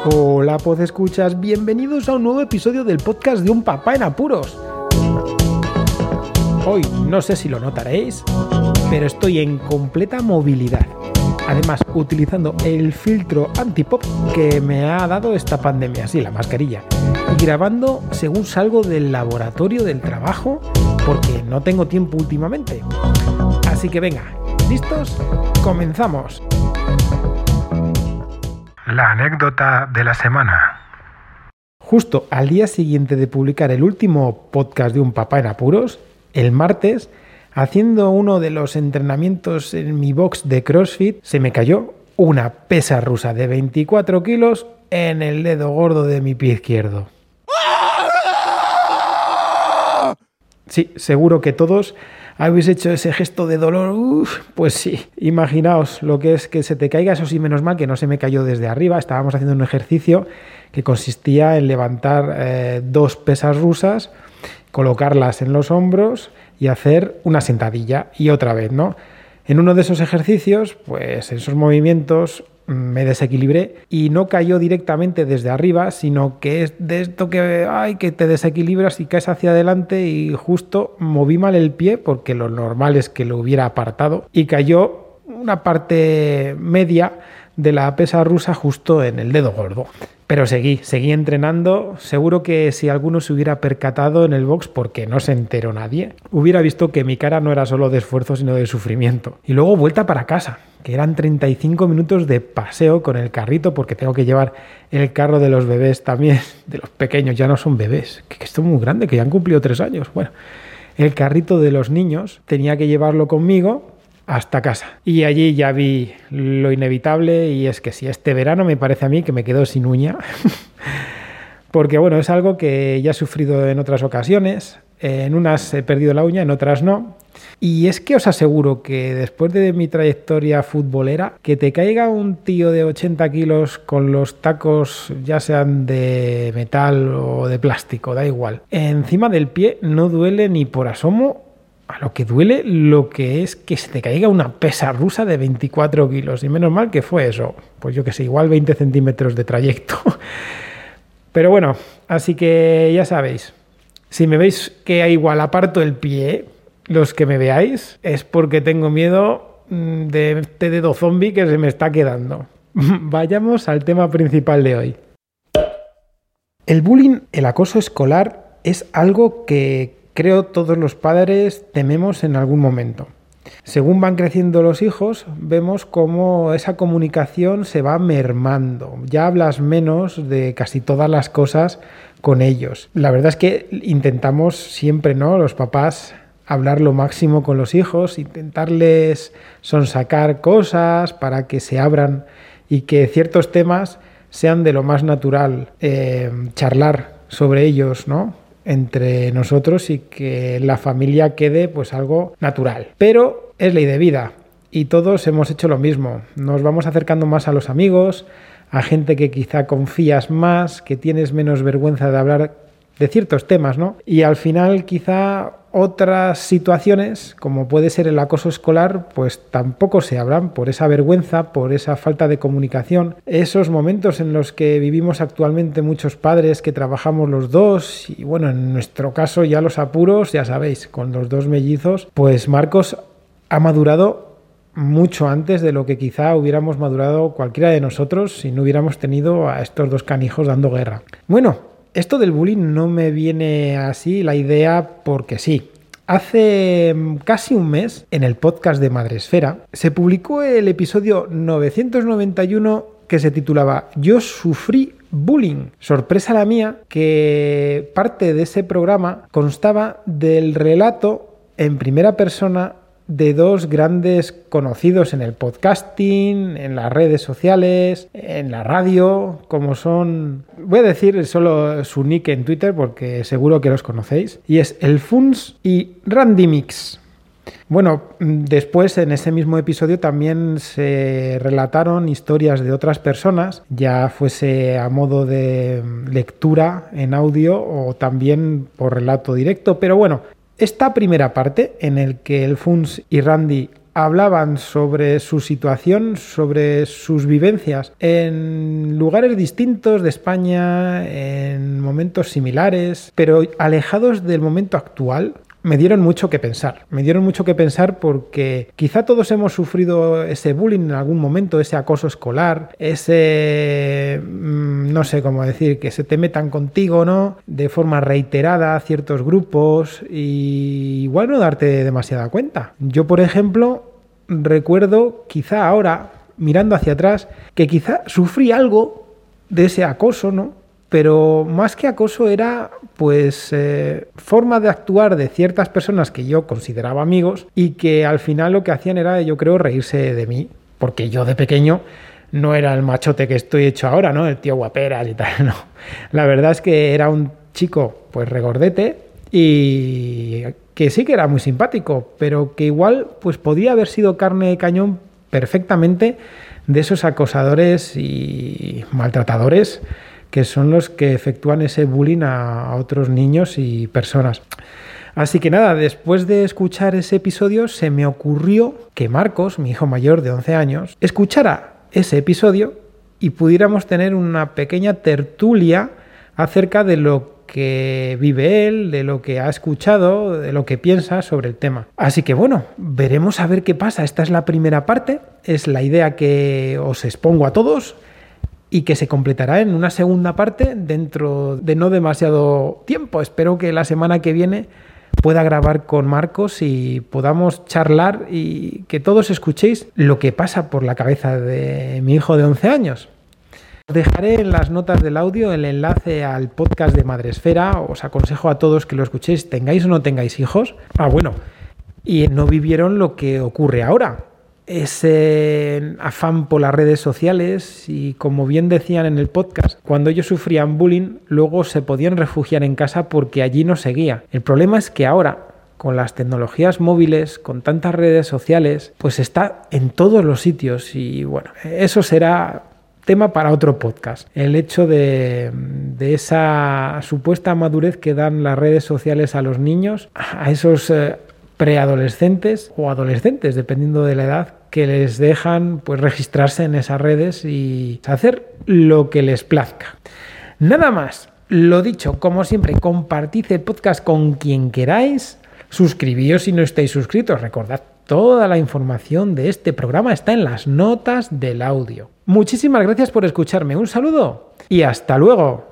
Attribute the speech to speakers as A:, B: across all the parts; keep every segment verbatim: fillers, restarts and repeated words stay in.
A: Hola, podescuchas, bienvenidos a un nuevo episodio del podcast de un papá en apuros. Hoy, no sé si lo notaréis, pero estoy en completa movilidad. Además, utilizando el filtro antipop que me ha dado esta pandemia, sí, la mascarilla. Y grabando según salgo del laboratorio del trabajo, porque no tengo tiempo últimamente. Así que venga, ¿listos? ¡Comenzamos! La anécdota de la semana. Justo al día siguiente de publicar el último podcast de un papá en apuros, el martes, haciendo uno de los entrenamientos en mi box de CrossFit, se me cayó una pesa rusa de veinticuatro kilos en el dedo gordo de mi pie izquierdo. Sí, seguro que todos habéis hecho ese gesto de dolor. Uf, pues sí, imaginaos lo que es que se te caiga. Eso sí, menos mal que no se me cayó desde arriba. Estábamos haciendo un ejercicio que consistía en levantar eh, dos pesas rusas, colocarlas en los hombros y hacer una sentadilla y otra vez, ¿no? En uno de esos ejercicios, pues en esos movimientos me desequilibré y no cayó directamente desde arriba, sino que es de esto que, ay, que te desequilibras y caes hacia adelante y justo moví mal el pie, porque lo normal es que lo hubiera apartado, y cayó una parte media de la pesa rusa justo en el dedo gordo. Pero seguí, seguí entrenando. Seguro que si alguno se hubiera percatado en el box, porque no se enteró nadie, hubiera visto que mi cara no era solo de esfuerzo, sino de sufrimiento. Y luego vuelta para casa, que eran treinta y cinco minutos de paseo con el carrito, porque tengo que llevar el carro de los bebés también, de los pequeños, ya no son bebés, que, que esto es muy grande, que ya han cumplido tres años. Bueno, el carrito de los niños tenía que llevarlo conmigo hasta casa. Y allí ya vi lo inevitable, y es que si este verano me parece a mí que me quedo sin uña, porque bueno, es algo que ya he sufrido en otras ocasiones. En unas he perdido la uña, en otras no. Y es que os aseguro que después de mi trayectoria futbolera, que te caiga un tío de ochenta kilos con los tacos, ya sean de metal o de plástico, da igual, encima del pie, no duele ni por asomo a lo que duele lo que es que se te caiga una pesa rusa de veinticuatro kilos. Y menos mal que fue eso, pues yo que sé, igual veinte centímetros de trayecto. Pero bueno, así que ya sabéis, si me veis que igual aparto el pie, los que me veáis, es porque tengo miedo de este dedo zombie que se me está quedando. Vayamos al tema principal de hoy. El bullying, el acoso escolar, es algo que creo todos los padres tememos en algún momento. Según van creciendo los hijos, vemos cómo esa comunicación se va mermando. Ya hablas menos de casi todas las cosas con ellos. La verdad es que intentamos siempre, ¿no?, los papás, hablar lo máximo con los hijos, intentarles sonsacar cosas para que se abran y que ciertos temas sean de lo más natural, eh, charlar sobre ellos, ¿no?, entre nosotros, y que la familia quede pues algo natural. Pero es ley de vida y todos hemos hecho lo mismo. Nos vamos acercando más a los amigos, a gente que quizá confías más, que tienes menos vergüenza de hablar de ciertos temas, ¿no? Y al final quizá otras situaciones, como puede ser el acoso escolar, pues tampoco se hablan por esa vergüenza, por esa falta de comunicación. Esos momentos en los que vivimos actualmente muchos padres que trabajamos los dos, y bueno, en nuestro caso ya los apuros, ya sabéis, con los dos mellizos, pues Marcos ha madurado mucho antes de lo que quizá hubiéramos madurado cualquiera de nosotros si no hubiéramos tenido a estos dos canijos dando guerra. Bueno, esto del bullying no me viene así la idea porque sí. Hace casi un mes, en el podcast de Madresfera, se publicó el episodio novecientos noventa y uno que se titulaba Yo sufrí bullying. Sorpresa la mía que parte de ese programa constaba del relato en primera persona de dos grandes conocidos en el podcasting, en las redes sociales, en la radio, como son... Voy a decir solo su nick en Twitter porque seguro que los conocéis. Y es el Funs y Randy Mix. Bueno, después en ese mismo episodio también se relataron historias de otras personas, ya fuese a modo de lectura en audio o también por relato directo. Pero bueno, esta primera parte en el que el Funs y Randy hablaban sobre su situación, sobre sus vivencias en lugares distintos de España, en momentos similares, pero alejados del momento actual. Me dieron mucho que pensar, me dieron mucho que pensar porque quizá todos hemos sufrido ese bullying en algún momento, ese acoso escolar, ese, no sé cómo decir, que se te metan contigo, ¿no? De forma reiterada a ciertos grupos y igual no darte demasiada cuenta. Yo, por ejemplo, recuerdo quizá ahora, mirando hacia atrás, que quizá sufrí algo de ese acoso, ¿no? Pero más que acoso era pues eh, forma de actuar de ciertas personas que yo consideraba amigos y que al final lo que hacían era, yo creo, reírse de mí, porque yo de pequeño no era el machote que estoy hecho ahora, ¿no? El tío guaperas y tal, no. La verdad es que era un chico pues regordete y que sí que era muy simpático, pero que igual pues podía haber sido carne de cañón perfectamente de esos acosadores y maltratadores que son los que efectúan ese bullying a otros niños y personas. Así que nada, después de escuchar ese episodio se me ocurrió que Marcos, mi hijo mayor de once años, escuchara ese episodio y pudiéramos tener una pequeña tertulia acerca de lo que vive él, de lo que ha escuchado, de lo que piensa sobre el tema. Así que bueno, veremos a ver qué pasa. Esta es la primera parte, es la idea que os expongo a todos y que se completará en una segunda parte dentro de no demasiado tiempo. Espero que la semana que viene pueda grabar con Marcos y podamos charlar y que todos escuchéis lo que pasa por la cabeza de mi hijo de once años. Os dejaré en las notas del audio el enlace al podcast de Madresfera. Os aconsejo a todos que lo escuchéis, tengáis o no tengáis hijos. Ah, bueno, y no vivieron lo que ocurre ahora. Ese afán por las redes sociales y, como bien decían en el podcast, cuando ellos sufrían bullying, luego se podían refugiar en casa porque allí no seguía. El problema es que ahora, con las tecnologías móviles, con tantas redes sociales, pues está en todos los sitios y bueno, eso será tema para otro podcast. El hecho de, de esa supuesta madurez que dan las redes sociales a los niños, a esos eh, preadolescentes o adolescentes, dependiendo de la edad, que les dejan pues registrarse en esas redes y hacer lo que les plazca. Nada más, lo dicho, como siempre, compartid el podcast con quien queráis, suscribíos si no estáis suscritos, recordad, toda la información de este programa está en las notas del audio. Muchísimas gracias por escucharme, un saludo y hasta luego.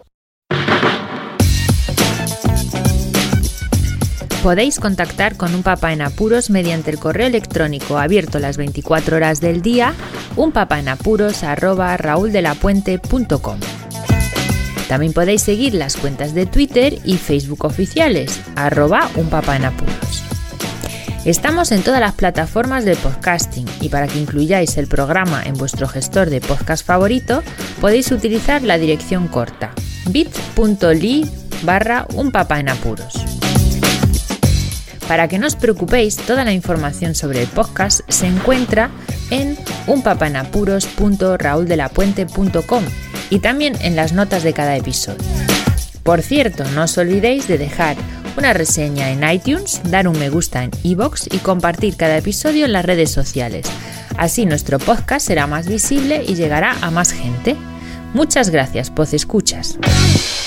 B: Podéis contactar con Un Papá en Apuros mediante el correo electrónico abierto las veinticuatro horas del día, unpapaenapuros arroba rauldelapuente punto com. También podéis seguir las cuentas de Twitter y Facebook oficiales, arroba unpapaenapuros. Estamos en todas las plataformas de podcasting y para que incluyáis el programa en vuestro gestor de podcast favorito, podéis utilizar la dirección corta bit.ly barra unpapaenapuros. Para que no os preocupéis, toda la información sobre el podcast se encuentra en unpapaenapuros punto rauldelapuente punto com y también en las notas de cada episodio. Por cierto, no os olvidéis de dejar una reseña en iTunes, dar un me gusta en iVoox y compartir cada episodio en las redes sociales. Así nuestro podcast será más visible y llegará a más gente. Muchas gracias, podcescuchas.